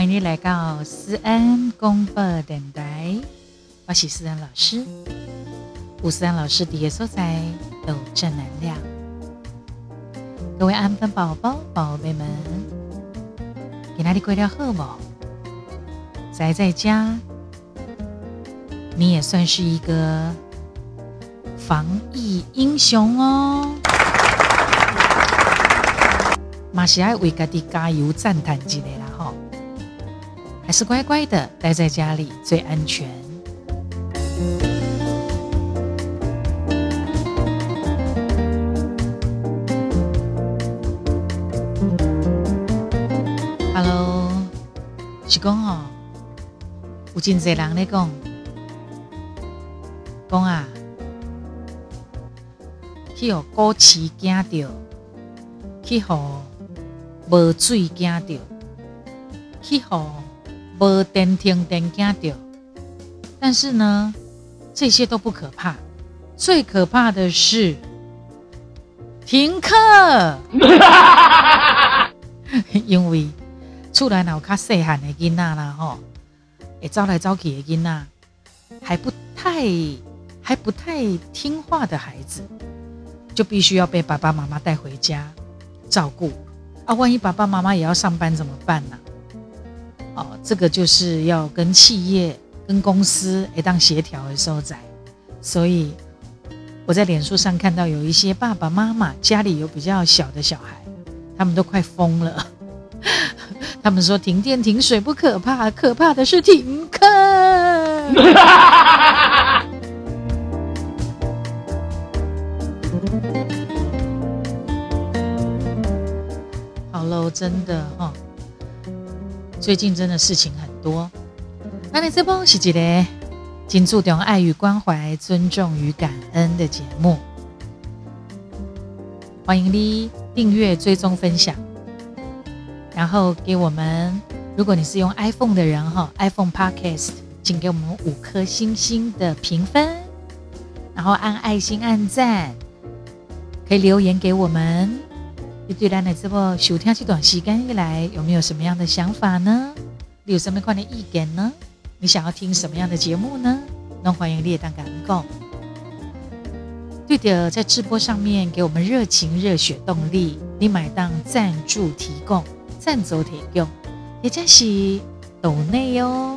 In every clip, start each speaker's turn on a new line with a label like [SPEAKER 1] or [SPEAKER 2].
[SPEAKER 1] 欢迎你来到思安广播电台，我是思安老师。有思安老师伫的所在都有正能量。各位安分宝宝宝贝们，今天你过得好不？宅在家，你也算是一个防疫英雄哦。嘛是要为自己加油赞叹一下啦吼，还是乖乖的待在家里最安全。Hello， 是讲哦，有真侪人咧讲啊，去互古市惊到，去互无水惊到，去互无电停电惊到。但是呢，这些都不可怕，最可怕的是停课。因为厝内有较细汉的囡仔啦吼，会走来走去的囡仔，还不太听话的孩子，就必须要被爸爸妈妈带回家照顾啊！万一爸爸妈妈也要上班怎么办呢？这个就是要跟企业、跟公司当协调的所在。所以我在脸书上看到有一些爸爸妈妈家里有比较小的小孩，他们都快疯了。他们说停电停水不可怕，可怕的是停课。好喽，真的哈，最近真的事情很多。那你这波是一个很注重爱与关怀、尊重与感恩的节目，欢迎你订阅、追踪、分享。然后给我们，如果你是用 iPhone 的人哈 ，iPhone Podcast， 请给我们5颗星星的评分，然后按爱心、按赞，可以留言给我们。你对咱的这波收听这段时间以来，有没有什么样的想法呢？你有什么样的意见呢？你想要听什么样的节目呢？那欢迎你也当感恩讲。对的，在直播上面给我们热情、热血动力，你买当赞助提供。赞助提供，也就是抖内哦。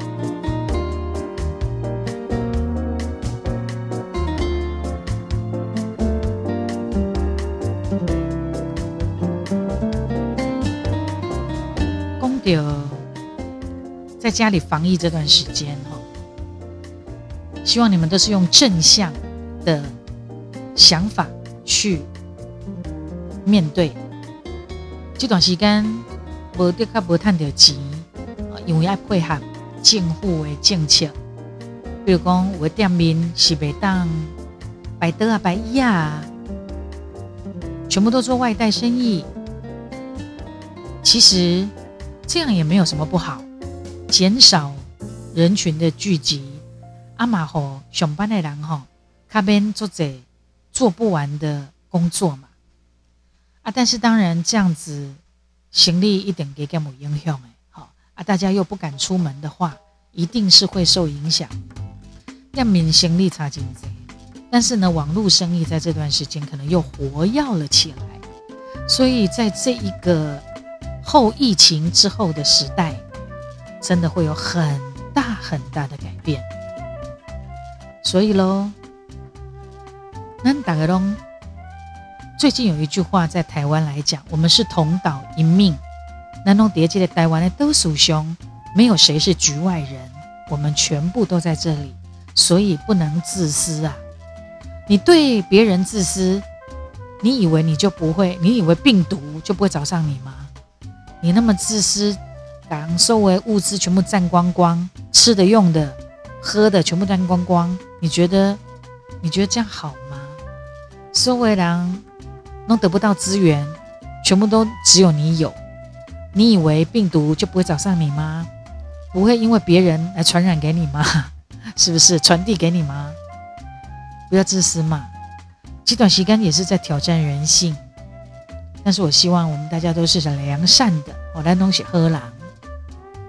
[SPEAKER 1] 讲到在家里防疫这段时间希望你们都是用正向的想法去面对。这段时间无得较无赚到钱，因为要配合政府的政策，比如讲有的店面是袂当摆桌啊、摆椅啊，全部都做外带生意。其实这样也没有什么不好，减少人群的聚集，嘛吼上班的人吼，较免做者做不完的工作嘛。但是当然这样子行李一点给有影响大家又不敢出门的话，一定是会受影响。店面行李差真多，但是呢，网络生意在这段时间可能又活跃了起来，所以在这一个后疫情之后的时代，真的会有很大很大的改变。所以咯，咱大家都最近有一句话在台湾来讲，我们是同岛一命。咱都在这个台湾的多数上，没有谁是局外人，我们全部都在这里，所以不能自私啊！你对别人自私，你以为你就不会？你以为病毒就不会找上你吗？你那么自私，把所有的物资全部占光光，吃的、用的、喝的全部占光光，你觉得这样好吗？所有的人都得不到资源，全部都只有你有。你以为病毒就不会找上你吗？不会因为别人来传染给你吗？是不是传递给你吗？不要自私嘛。这段时间也是在挑战人性，但是我希望我们大家都是良善的，咱都是好人。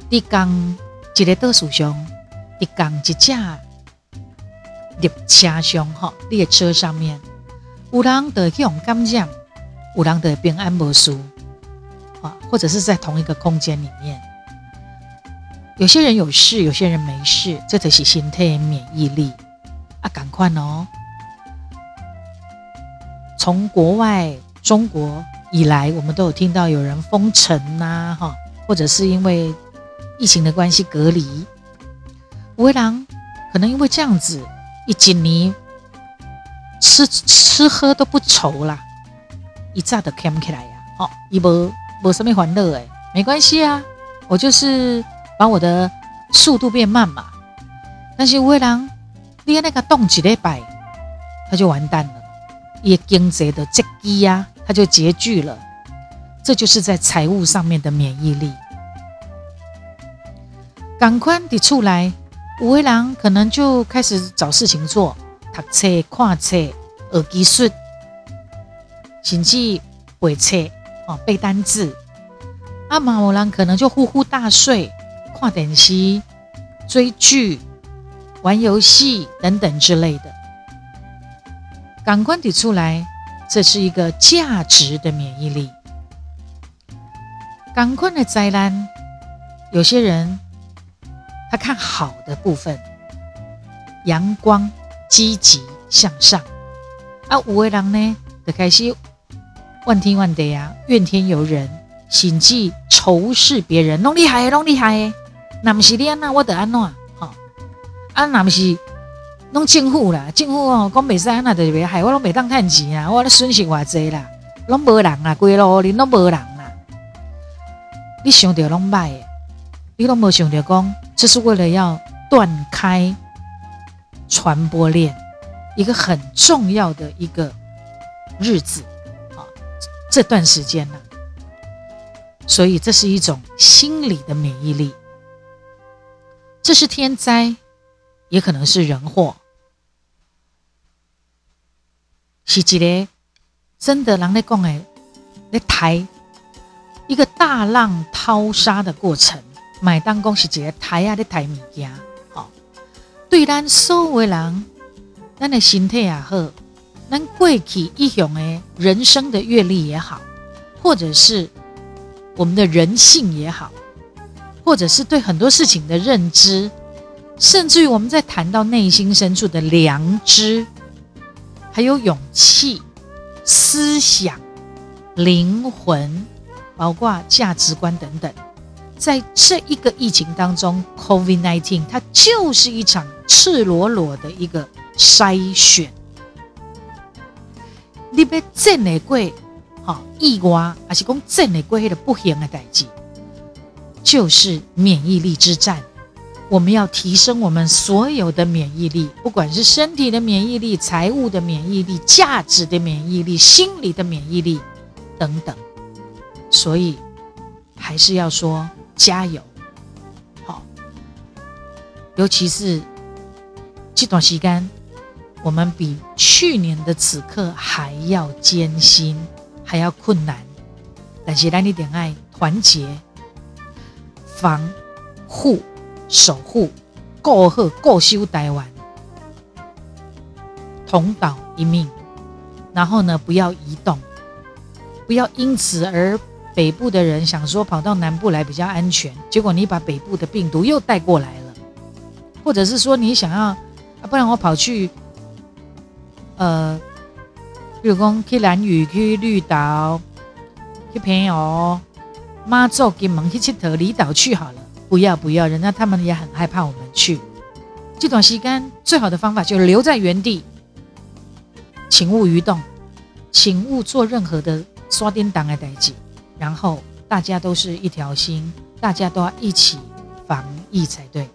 [SPEAKER 1] 伫江一个倒数上，伫江一架列车上列车上面，有人就去用感染，有人就平安无事或者是在同一个空间里面，有些人有事，有些人没事，这就是身体的免疫力赶快哦。从国外中国以来，我们都有听到有人封城或者是因为疫情的关系隔离，有的人可能因为这样子一年吃喝都不愁啦，一早就捡起来呀，他没什么烦恼没关系啊，我就是把我的速度变慢嘛。但是有的人你那个动一礼拜，他就完蛋了，也经济的拮据啊，他就拮据了。这就是在财务上面的免疫力。赶快的出来，有的人可能就开始找事情做，读册、看册、学技术，甚至背册背单字。嘛有人可能就呼呼大睡，看电视、追剧、玩游戏等等之类的。感官提出来，这是一个价值的免疫力。感官的灾难，有些人他看好的部分，阳光、积极向上。有的人呢，就开始怨天怨地怨天尤人，甚至仇视别人，拢厉害的，那不是你安那，我就安怎那不是拢政府啦，政府讲袂使安那，就是害我拢袂当趁钱啊，我咧损失偌济啦，拢无人啦，规路里拢无人啦。你想到拢歹的，你拢无想到讲，这是为了要断开传播链，一个很重要的一个日子这段时间呢。所以这是一种心理的免疫力，这是天灾，也可能是人祸，是一个真的人在讲的在抬一个大浪淘沙的过程，买当讲是一个抬在抬物件对咱所有的人，咱的身体也好，咱过去一向的人生的阅历也好，或者是我们的人性也好，或者是对很多事情的认知，甚至于我们在谈到内心深处的良知，还有勇气、思想、灵魂，包括价值观等等，在这一个疫情当中 COVID-19 它就是一场赤裸裸的一个筛选。你要战得过意外，还是讲战得过那个不幸的代志，就是免疫力之战。我们要提升我们所有的免疫力，不管是身体的免疫力、财务的免疫力、价值的免疫力、心理的免疫力等等。所以还是要说加油，尤其是这段时间，我们比去年的此刻还要艰辛，还要困难，但是咱一定要团结、防护、守护、顾好、顾守台湾，同岛一命。然后呢，不要移动，不要因此而北部的人想说跑到南部来比较安全，结果你把北部的病毒又带过来了，或者是说你想要不然我跑去比如说去兰屿、去绿岛、去澎湖、妈祖、金门去佚佗，离岛去好了。不要，人家他们也很害怕我们去。这段时间最好的方法就是留在原地，请勿移动，请勿做任何的刷颠档的代志。然后大家都是一条心，大家都要一起防疫才对。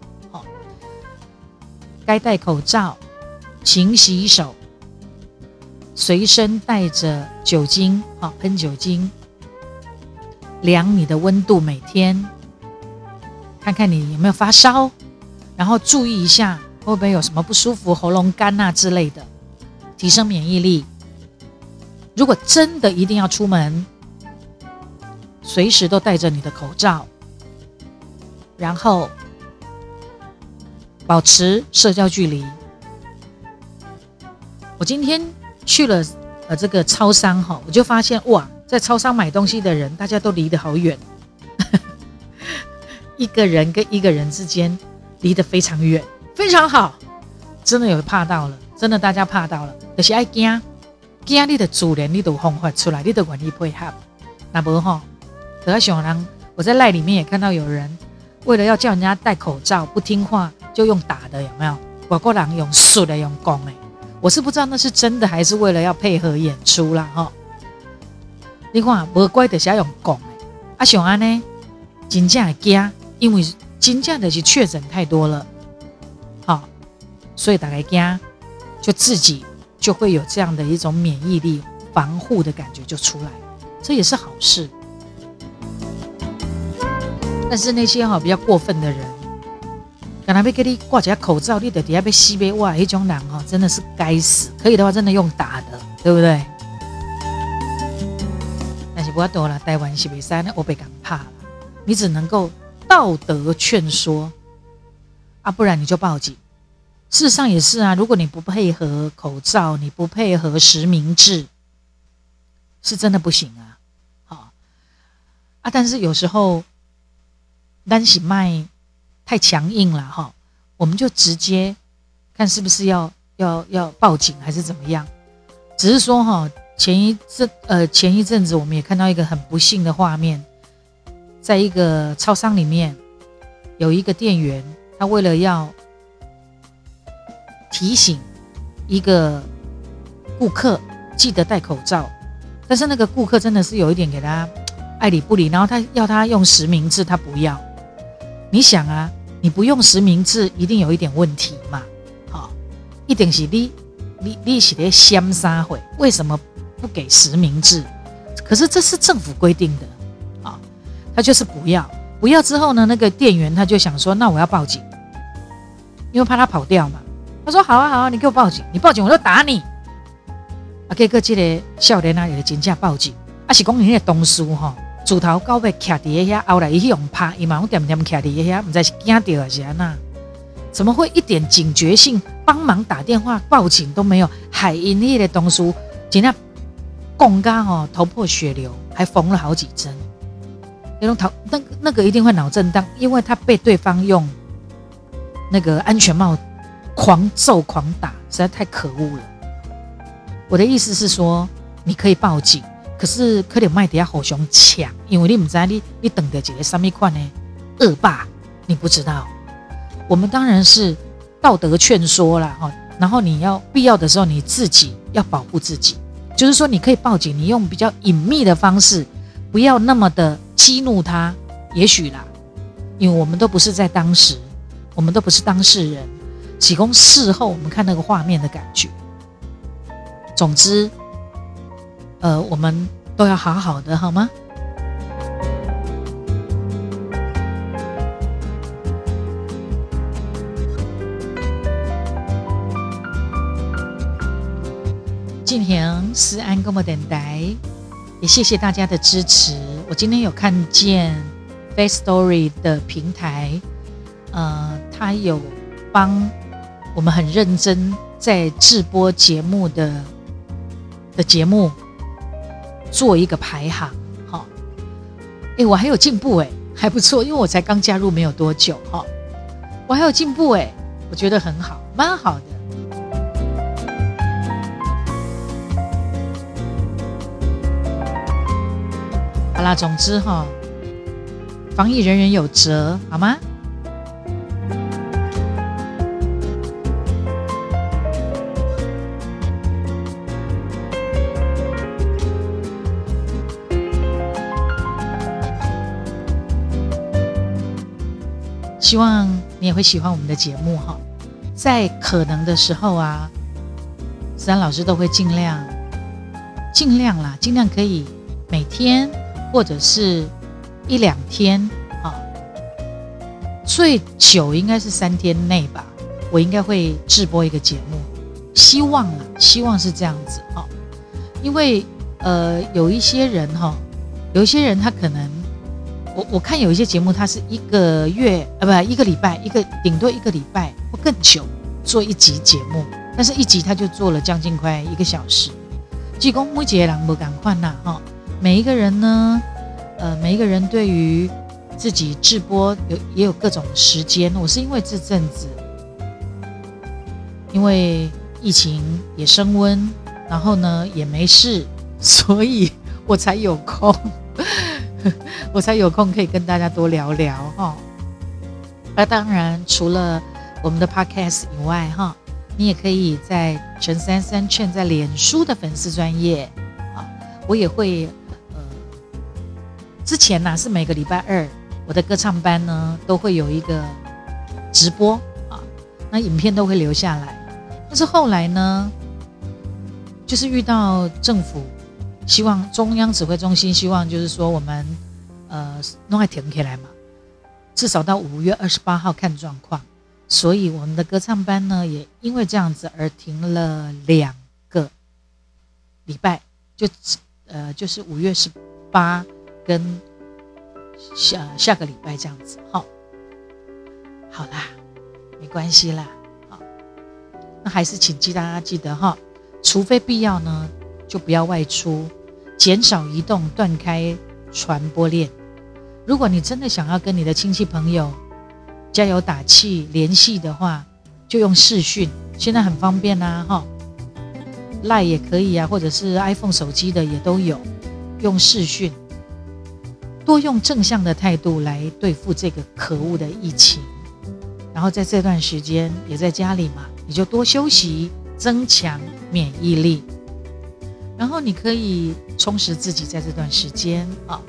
[SPEAKER 1] 该戴口罩，勤洗手，随身带着酒精，喷酒精，量你的温度，每天看看你有没有发烧，然后注意一下会不会有什么不舒服，喉咙干之类的，提升免疫力。如果真的一定要出门，随时都戴着你的口罩， 然后保持社交距离。我今天去了这个超商哈，我就发现哇，在超商买东西的人，大家都离得好远，一个人跟一个人之间离得非常远，非常好，真的有怕到了，真的大家怕到了，就是爱惊你的自然，你都方法出来，你都愿意配合，那不哈，得想人，我在赖里面也看到有人为了要叫人家戴口罩不听话，就用打的，有没有？外国人用说的，用讲的。我是不知道那是真的还是为了要配合演出啦哈。你看无怪就是要用讲的，啊像安呢，真正会惊，因为真正的是确诊太多了，好，所以大家惊，就自己就会有这样的一种免疫力防护的感觉就出来，这也是好事。但是那些比较过分的人，刚才要给你挂一下口罩，你就底下被吸被哇，那种人真的是该死。可以的话，真的用打的，对不对？但是不要多了，台湾是不是我被敢怕了？你只能够道德劝说啊，不然你就报警。事实上也是啊，如果你不配合口罩，你不配合实名制，是真的不行啊。好啊，但是有时候单喜卖太强硬了哈，我们就直接看是不是要报警还是怎么样。只是说哈，前一阵子我们也看到一个很不幸的画面，在一个超商里面有一个店员，他为了要提醒一个顾客记得戴口罩，但是那个顾客真的是有一点给他爱理不理，然后他要他用实名制，他不要。你想啊，你不用实名制，一定有一点问题嘛？好，一定是你是在嫌啥会？为什么不给实名制？可是这是政府规定的啊，他就是不要之后呢，那个店员他就想说，那我要报警，因为怕他跑掉嘛。他说好啊，你给我报警，你报警我就打你。啊，结果这个少年啊，也真正报警，啊是讲你那个同事哈。自头到尾徛伫遐，后来伊去用拍，伊嘛用点徛伫遐，唔知是惊到还是安那？怎么会一点警觉性、帮忙打电话报警都没有？海因迄个同事真正讲到头破血流，还缝了好几针。那个一定会脑震荡，因为他被对方用那个安全帽狂揍狂打，实在太可恶了。我的意思是说，你可以报警。可是可能卖底下互相抢，因为你不知道你等的一个什么款的恶霸，你不知道。我们当然是道德劝说啦，然后你要必要的时候你自己要保护自己，就是说你可以报警，你用比较隐秘的方式，不要那么的激怒他，也许啦，因为我们都不是在当时，我们都不是当事人，只供事后我们看那个画面的感觉。总之。我们都要好好的，好吗？进行思安广播电台，也谢谢大家的支持。我今天有看见 Facetory 的平台，他有帮我们很认真在制播节目的节目。做一个排行，哈，我还有进步还不错，因为我才刚加入没有多久哈，我还有进步我觉得很好，蛮好的。好啦，总之哈，防疫人人有责，好吗？希望你也会喜欢我们的节目哈，在可能的时候啊，思安老师都会尽量可以每天或者是1-2天啊，最久应该是3天内吧，我应该会制播一个节目，希望是这样子哈，因为有一些人他可能我看有一些节目，它是1个月1个礼拜，顶多1个礼拜或更久做一集节目，但是一集他就做了将近快1个小时。济公每一个人不赶快呐哈，每一个人呢，每一个人对于自己直播也有各种时间。我是因为这阵子，因为疫情也升温，然后呢也没事，所以我才有空，我才有空可以跟大家多聊聊哈。那当然，除了我们的 podcast 以外哈，你也可以在陈33劝在脸书的粉丝专页啊，我也会之前是每个礼拜2，我的歌唱班呢都会有一个直播啊，那影片都会留下来。但是后来呢，就是遇到政府希望中央指挥中心希望就是说我们弄来停起来嘛，至少到5月28号看状况。所以我们的歌唱班呢，也因为这样子而停了2个礼拜，就是5月18跟下个礼拜这样子。好啦，没关系啦。那还是请大家记得哈，除非必要呢，就不要外出，减少移动，断开传播链。如果你真的想要跟你的亲戚朋友加油打气联系的话，就用视讯，现在很方便啊，LINE 也可以啊，或者是 iPhone 手机的也都有，用视讯，多用正向的态度来对付这个可恶的疫情。然后在这段时间也在家里嘛，你就多休息，增强免疫力，然后你可以充实自己在这段时间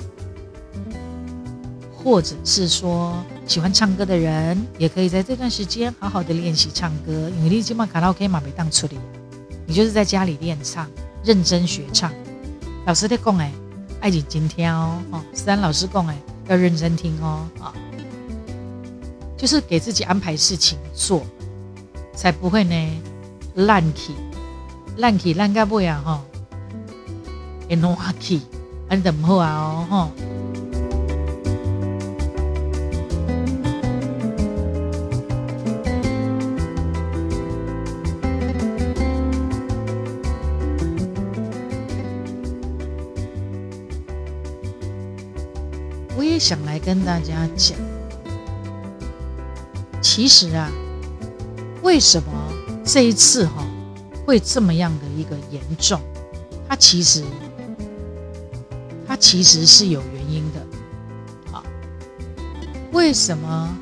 [SPEAKER 1] 或者是说喜欢唱歌的人，也可以在这段时间好好的练习唱歌，因为你现在卡拉 OK 嘛没当处理，你就是在家里练唱，认真学唱。老师在讲爱认真听思安老师讲要认真听就是给自己安排事情做，才不会呢烂去烂到尾会烂去，安就不好啊我也想来跟大家讲，其实为什么这一次会这么样的一个严重，它其实是有原因的为什么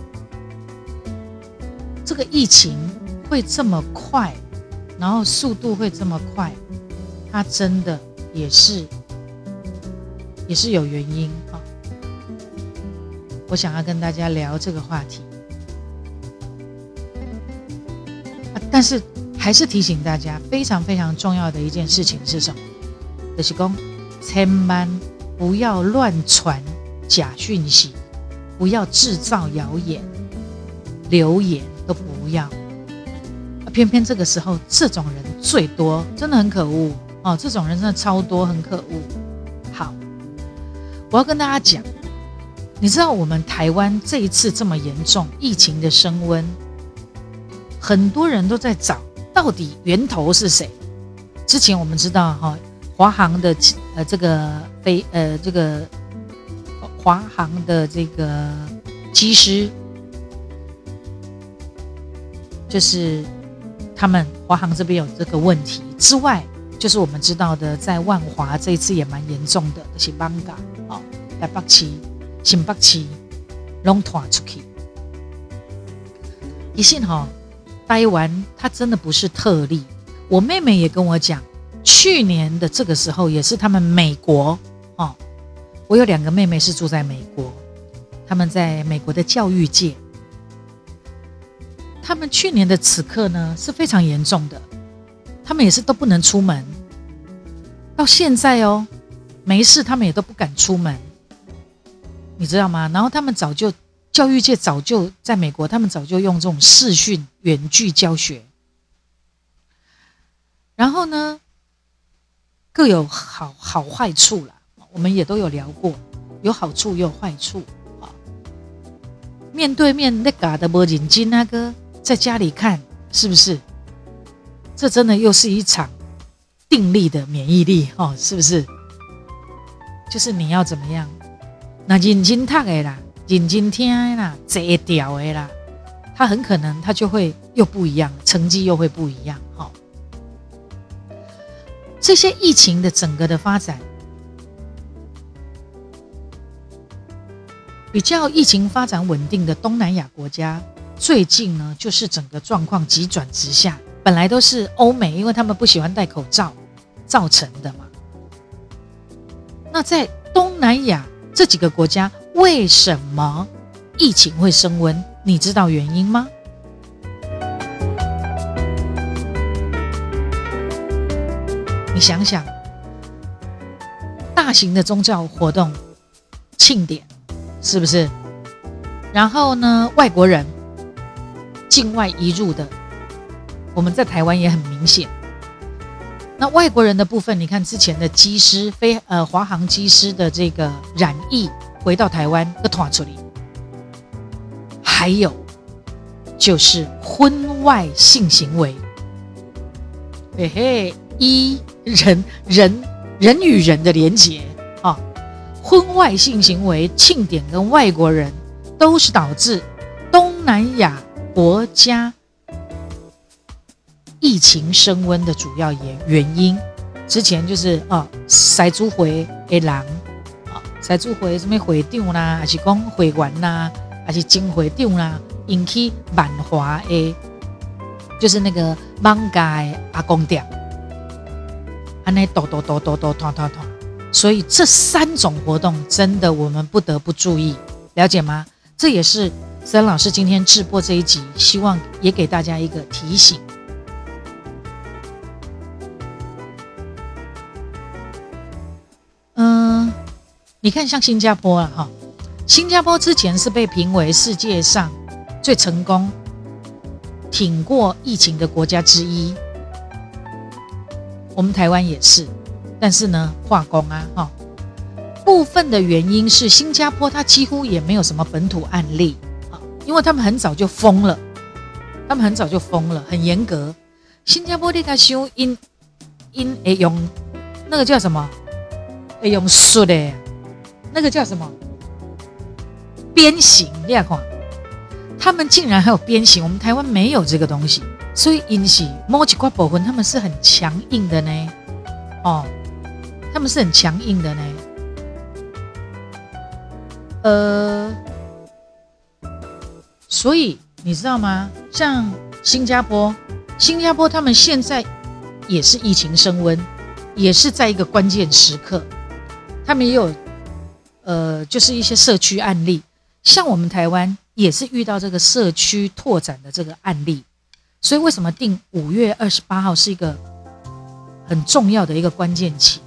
[SPEAKER 1] 这个疫情会这么快，然后速度会这么快，它真的也是有原因我想要跟大家聊这个话题但是还是提醒大家，非常非常重要的一件事情是什么？就是说千万不要乱传假讯息，不要制造谣言，流言都不要偏偏这个时候这种人最多，真的很可恶这种人真的超多，很可恶。好，我要跟大家讲，你知道我们台湾这一次这么严重，疫情的升温，很多人都在找到底源头是谁。之前我们知道华航的华航的这个机师，就是他们华航这边有这个问题之外，就是我们知道的在万华这一次也蛮严重的，就是艋舺台北市新北市都传出去。其实台湾它真的不是特例，我妹妹也跟我讲，去年的这个时候也是他们美国我有2个妹妹是住在美国，他们在美国的教育界，他们去年的此刻呢是非常严重的，他们也是都不能出门，到现在没事他们也都不敢出门，你知道吗？然后他们教育界早就在美国，他们早就用这种视讯远距教学，然后呢各有好坏处啦，我们也都有聊过。 有好处也有坏处啊。面对面那嘎的没认真那个，在家里看是不是？这真的又是一场定力的免疫力哦，是不是？就是你要怎么样？那认真读的啦，认真听的啦，坐调的啦，他很可能他就会又不一样，成绩又会不一样哈。这些疫情的整个的发展，比较疫情发展稳定的东南亚国家，最近呢就是整个状况急转直下。本来都是欧美，因为他们不喜欢戴口罩造成的嘛。那在东南亚这几个国家，为什么疫情会升温？你知道原因吗？你想想，大型的宗教活动、庆典，是不是？然后呢，外国人境外移入的，我们在台湾也很明显。那外国人的部分，你看之前的机师华航机师的这个染疫回到台湾的团处理，还有就是婚外性行为，嘿嘿，人与人的连结啊，婚外性行为、庆典跟外国人都是导致东南亚国家疫情升温的主要原因。之前就是塞主会的人塞主会什么会长啦，还是讲会员啦，还是真会长啦，引起万华的，就是那个艋舺的阿公店，安尼团，所以这3种活动真的我们不得不注意，了解吗？这也是森老师今天直播这一集，希望也给大家一个提醒。你看像新加坡啊，新加坡之前是被评为世界上最成功挺过疫情的国家之一，我们台湾也是，但是呢，化工啊，部分的原因是新加坡它几乎也没有什么本土案例因为他们很早就封了，很严格。新加坡那个修因用那个叫什么？用术的。那个叫什么鞭刑？你看，他们竟然还有鞭刑，我们台湾没有这个东西，所以因是某几块部分他们是很强硬的呢，他们是很强硬的呢，所以你知道吗？像新加坡他们现在也是疫情升温，也是在一个关键时刻，他们也有。就是一些社区案例，像我们台湾也是遇到这个社区拓展的这个案例，所以为什么定5月28号是一个很重要的一个关键期？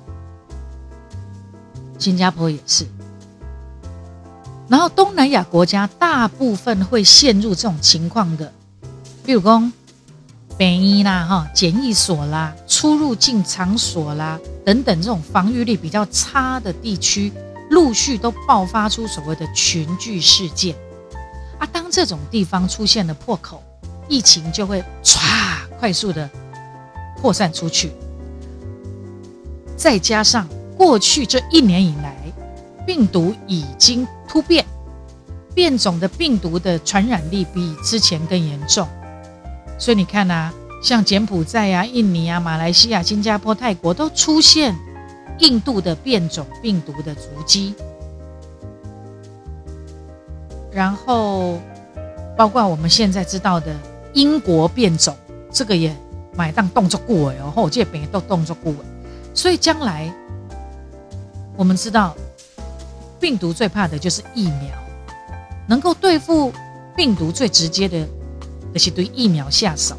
[SPEAKER 1] 新加坡也是，然后东南亚国家大部分会陷入这种情况的，比如说病院啦、检疫所啦、出入境场所啦等等，这种防御力比较差的地区。陆续都爆发出所谓的群聚事件当这种地方出现了破口，疫情就会快速的扩散出去。再加上过去这1年以来，病毒已经突变，变种的病毒的传染力比之前更严重，所以你看像柬埔寨印尼马来西亚、新加坡、泰国都出现印度的变种病毒的足迹，然后包括我们现在知道的英国变种，这个也买当动作过哎我这边也都动作过，所以将来我们知道病毒最怕的就是疫苗，能够对付病毒最直接的就是对疫苗下手。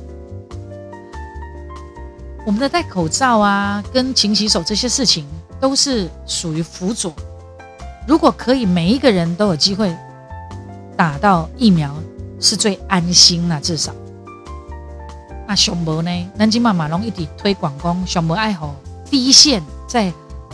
[SPEAKER 1] 我们的戴口罩跟勤洗手这些事情都是属于辅佐，如果可以每一个人都有机会打到疫苗是最安心啦，至少上没呢咱现在嘛都一直推广说上没要给第一线在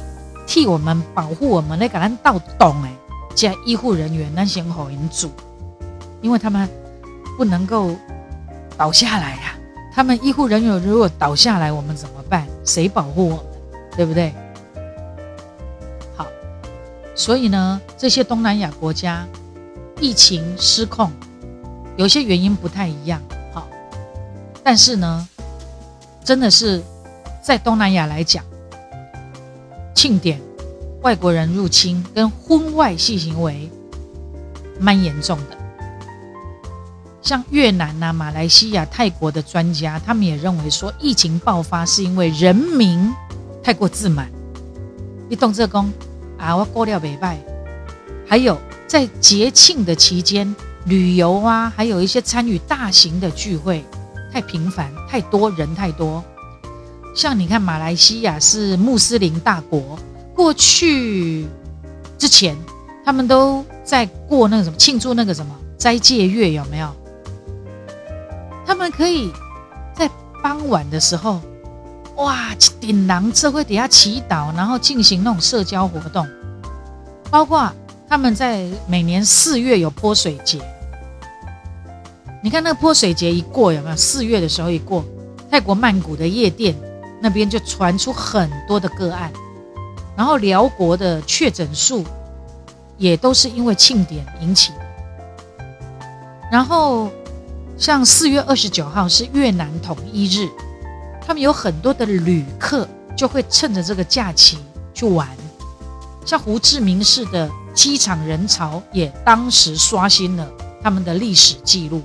[SPEAKER 1] 替我们保护我们，来给咱倒懂哎，这医护人员咱先给人住，因为他们不能够倒下来呀。他们医护人员如果倒下来，我们怎么办？谁保护我们？对不对？好，所以呢，这些东南亚国家疫情失控，有些原因不太一样，好，但是呢，真的是在东南亚来讲，庆典、外国人入侵跟婚外性行为蛮严重的。像越南啊、马来西亚、泰国的专家，他们也认为说，疫情爆发是因为人民太过自满。你懂这讲啊？我过了没拜。还有在节庆的期间，旅游啊，还有一些参与大型的聚会，太频繁、太多人太多。像你看，马来西亚是穆斯林大国，过去之前他们都在过那个什么庆祝那个什么斋戒月，有没有？他们可以在傍晚的时候，哇，一群人这会底下祈祷，然后进行那种社交活动，包括他们在每年4月有泼水节。你看那个泼水节一过，有没有？4月的时候一过，泰国曼谷的夜店那边就传出很多的个案，然后寮国的确诊数也都是因为庆典引起的。然后像4月29号是越南统一日，他们有很多的旅客就会趁着这个假期去玩，像胡志明市的机场人潮也当时刷新了他们的历史记录。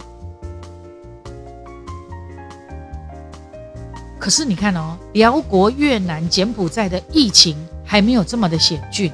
[SPEAKER 1] 可是你看哦，寮国、越南、柬埔寨的疫情还没有这么的险峻，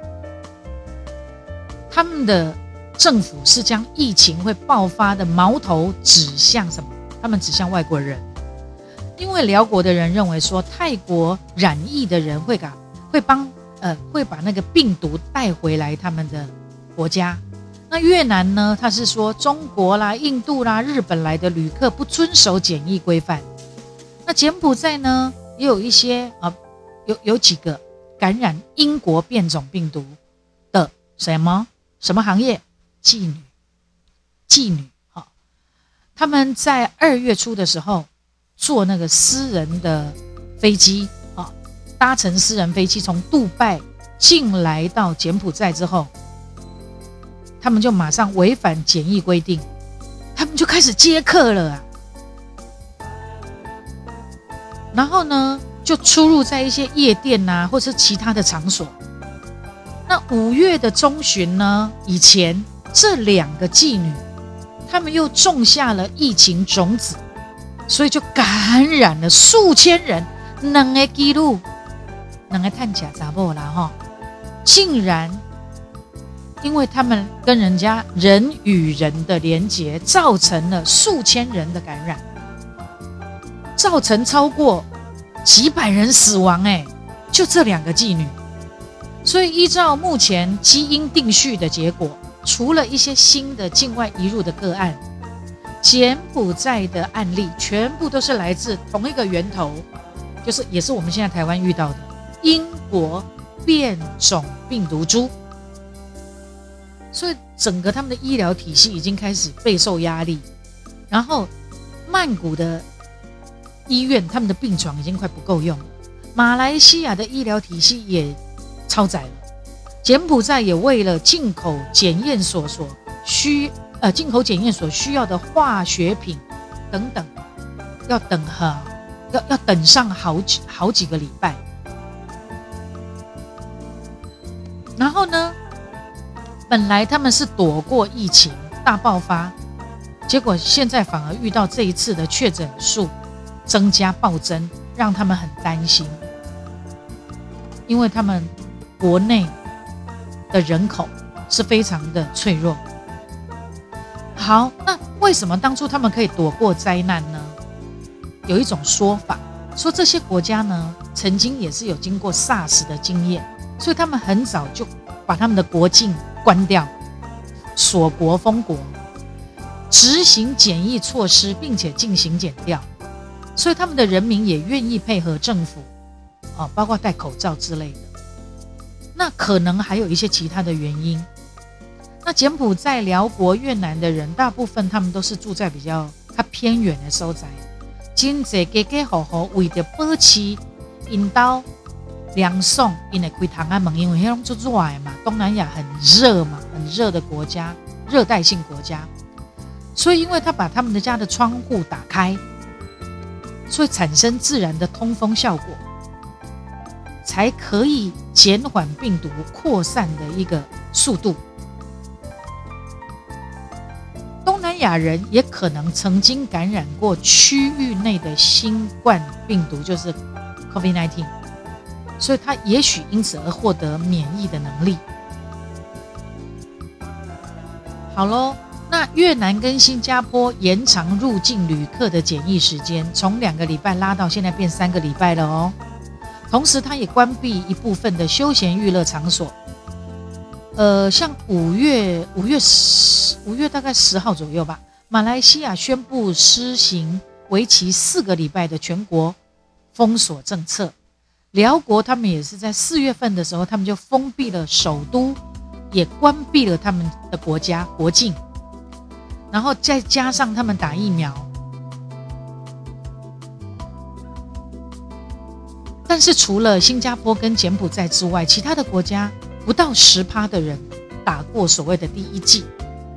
[SPEAKER 1] 他们的政府是将疫情会爆发的矛头指向什么？他们指向外国人，因为寮国的人认为说，泰国染疫的人会把那个病毒带回来他们的国家。那越南呢？他是说中国啦、印度啦、日本来的旅客不遵守检疫规范。那柬埔寨呢，也有一些有几个感染英国变种病毒的什么行业？妓女，他们在2月初的时候坐那个私人的飞机，搭乘私人飞机从杜拜进来到柬埔寨之后，他们就马上违反检疫规定，他们就开始接客了啊。然后呢，就出入在一些夜店啊，或是其他的场所。那5月的中旬呢，以前这2个妓女，她们又种下了疫情种子，所以就感染了数千人，2个记录，2个探假查某啦哈，竟然因为他们跟人家人与人的连结，造成了数千人的感染，造成超过几百人死亡，就这2个妓女。所以依照目前基因定序的结果，除了一些新的境外移入的个案，柬埔寨的案例全部都是来自同一个源头，就是也是我们现在台湾遇到的英国变种病毒株。所以整个他们的医疗体系已经开始备受压力，然后曼谷的医院他们的病床已经快不够用了，马来西亚的医疗体系也超载了，柬埔寨也为了进口检验所需要的化学品等等，要等上好几个礼拜。然后呢，本来他们是躲过疫情大爆发，结果现在反而遇到这一次的确诊数增加暴增，让他们很担心，因为他们国内的人口是非常的脆弱。好，那为什么当初他们可以躲过灾难呢？有一种说法，说这些国家呢，曾经也是有经过 SARS 的经验，所以他们很早就把他们的国境关掉，锁国封国，执行检疫措施，并且进行检调，所以他们的人民也愿意配合政府，包括戴口罩之类的。 那可能还有一些其他的原因。那柬埔寨、寮国、越南的人，大部分他们都是住在比较偏远的所在，真侪家家户户为了保持因家凉爽，因会开窗仔门，因为迄种就热的嘛，东南亚很热嘛，很热的国家，热带性国家，所以因为他把他们的家的窗户打开，所以产生自然的通风效果，才可以减缓病毒扩散的一个速度。东南亚人也可能曾经感染过区域内的新冠病毒，就是 COVID-19， 所以他也许因此而获得免疫的能力。好咯，那越南跟新加坡延长入境旅客的检疫时间，从2个礼拜拉到现在变3个礼拜了哦。同时，它也关闭一部分的休闲娱乐场所。像5月大概10号左右吧，马来西亚宣布施行为期4个礼拜的全国封锁政策。寮国他们也是在4月份的时候，他们就封闭了首都，也关闭了他们的国境，然后再加上他们打疫苗。但是除了新加坡跟柬埔寨之外，其他的国家不到10%的人打过所谓的第1剂。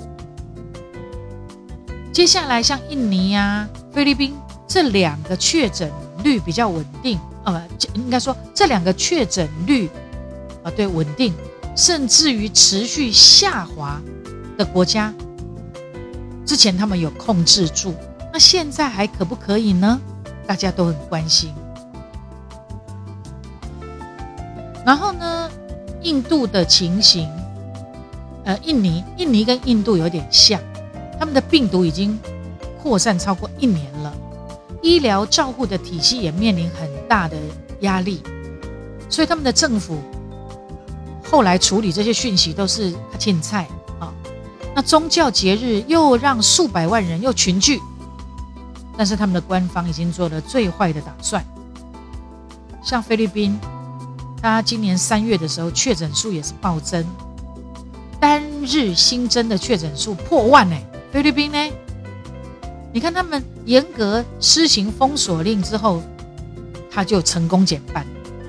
[SPEAKER 1] 接下来像印尼啊、菲律宾这2个确诊率比较稳定，应该说这2个确诊率对稳定，甚至于持续下滑的国家，之前他们有控制住，那现在还可不可以呢？大家都很关心。然后呢，印度的情形，印尼跟印度有点像，他们的病毒已经扩散超过1年了，医疗照护的体系也面临很大的压力，所以他们的政府后来处理这些讯息都是欠菜啊。那宗教节日又让数百万人又群聚，但是他们的官方已经做了最坏的打算。像菲律宾，他今年3月的时候确诊数也是暴增，单日新增的确诊数破万呢。菲律宾呢，你看他们严格施行封锁令之后，他就成功减半。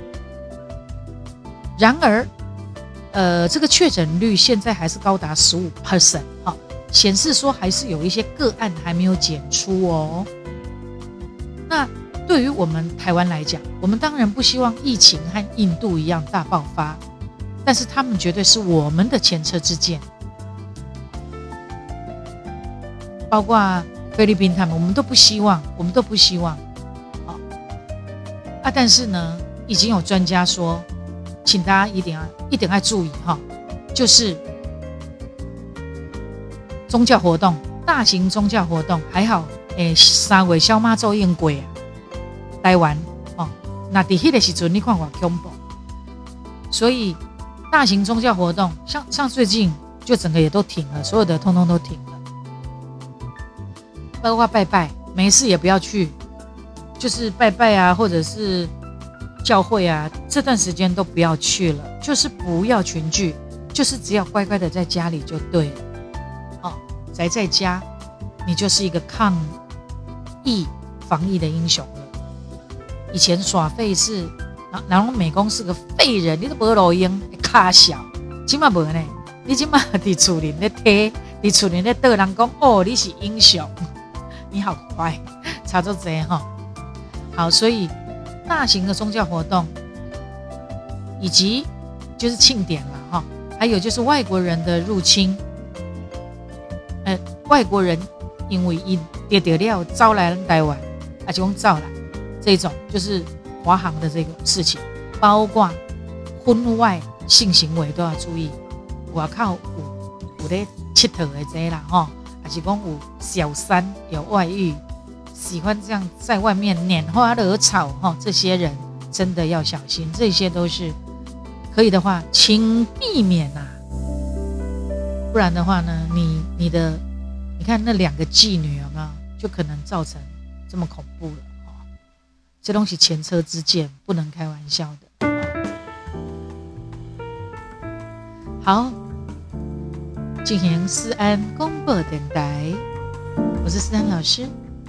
[SPEAKER 1] 然而，这个确诊率现在还是高达15%，显示说还是有一些个案还没有检出哦。那对于我们台湾来讲，我们当然不希望疫情和印度一样大爆发，但是他们绝对是我们的前车之鉴。包括菲律宾他们，我们都不希望。但是呢，已经有专家说，请大家一定要注意就是宗教活动，大型宗教活动还好，3月小妈祖宴过啊，台湾那在那个时候你看多恐怖，所以大型宗教活动像最近就整个也都停了，所有的通通都停了，包括拜拜，没事也不要去，就是拜拜啊，或者是教会啊，这段时间都不要去了，就是不要群聚，就是只要乖乖的在家里就对了。宅在家，你就是一个抗疫防疫的英雄了。以前耍废是，然后美工是个废人，你都没路用，卡小，现在没呢，你现在在厝里在贴，在厝里在逗人讲哦，你是英雄，你好乖，差不多这样好，所以大型的宗教活动，以及就是庆典了还有就是外国人的入侵，外国人因为跌了招来台湾，就讲招来这种就是华航的这个事情，包括婚外性行为都要注意。外口有在佚佗的这啦还是讲有小三有外遇，喜欢这样在外面拈花惹草这些人真的要小心，这些都是可以的话请避免不然的话呢，你看那2个妓女有没有，就可能造成这么恐怖了这东西前车之鉴，不能开玩笑的。 好，进行思安广播电台，我是思安老师。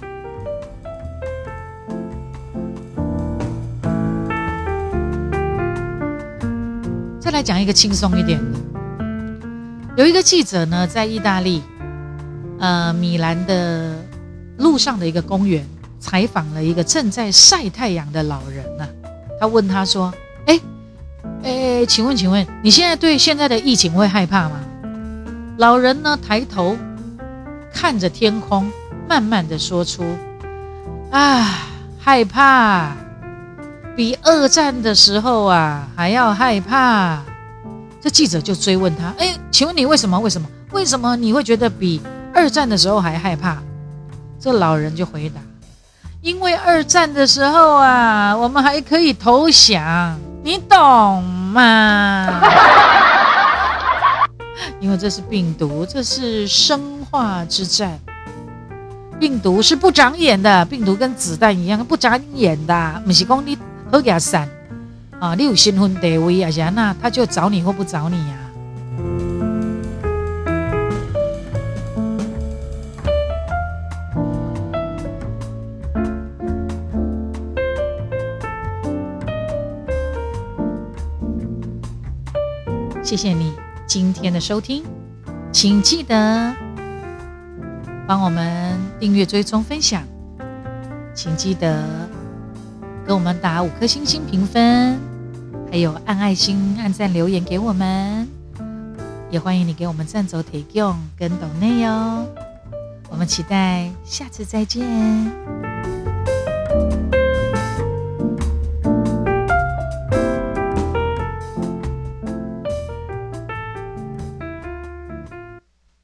[SPEAKER 1] 再来讲一个轻松一点的，有一个记者呢，在意大利，米兰的路上的一个公园，采访了一个正在晒太阳的老人啊。他问他说：“请问，你现在对现在的疫情会害怕吗？”老人呢，抬头看着天空，慢慢的说出：“害怕。比二战的时候啊还要害怕。”这记者就追问他：“请问你为什么你会觉得比二战的时候还害怕？”这老人就回答：“因为二战的时候啊，我们还可以投降，你懂吗？”因为这是病毒，这是生化之战。病毒是不长眼的，病毒跟子弹一样不长眼的，不是说你好给他散啊，你有身份地位啊，那他就找你或不找你啊。谢谢你今天的收听，请记得帮我们订阅、追踪、分享，请记得给我们打5颗星星评分，还有按爱心、按赞、留言给我们，也欢迎你给我们赞助提供跟抖内哟。我们期待下次再见。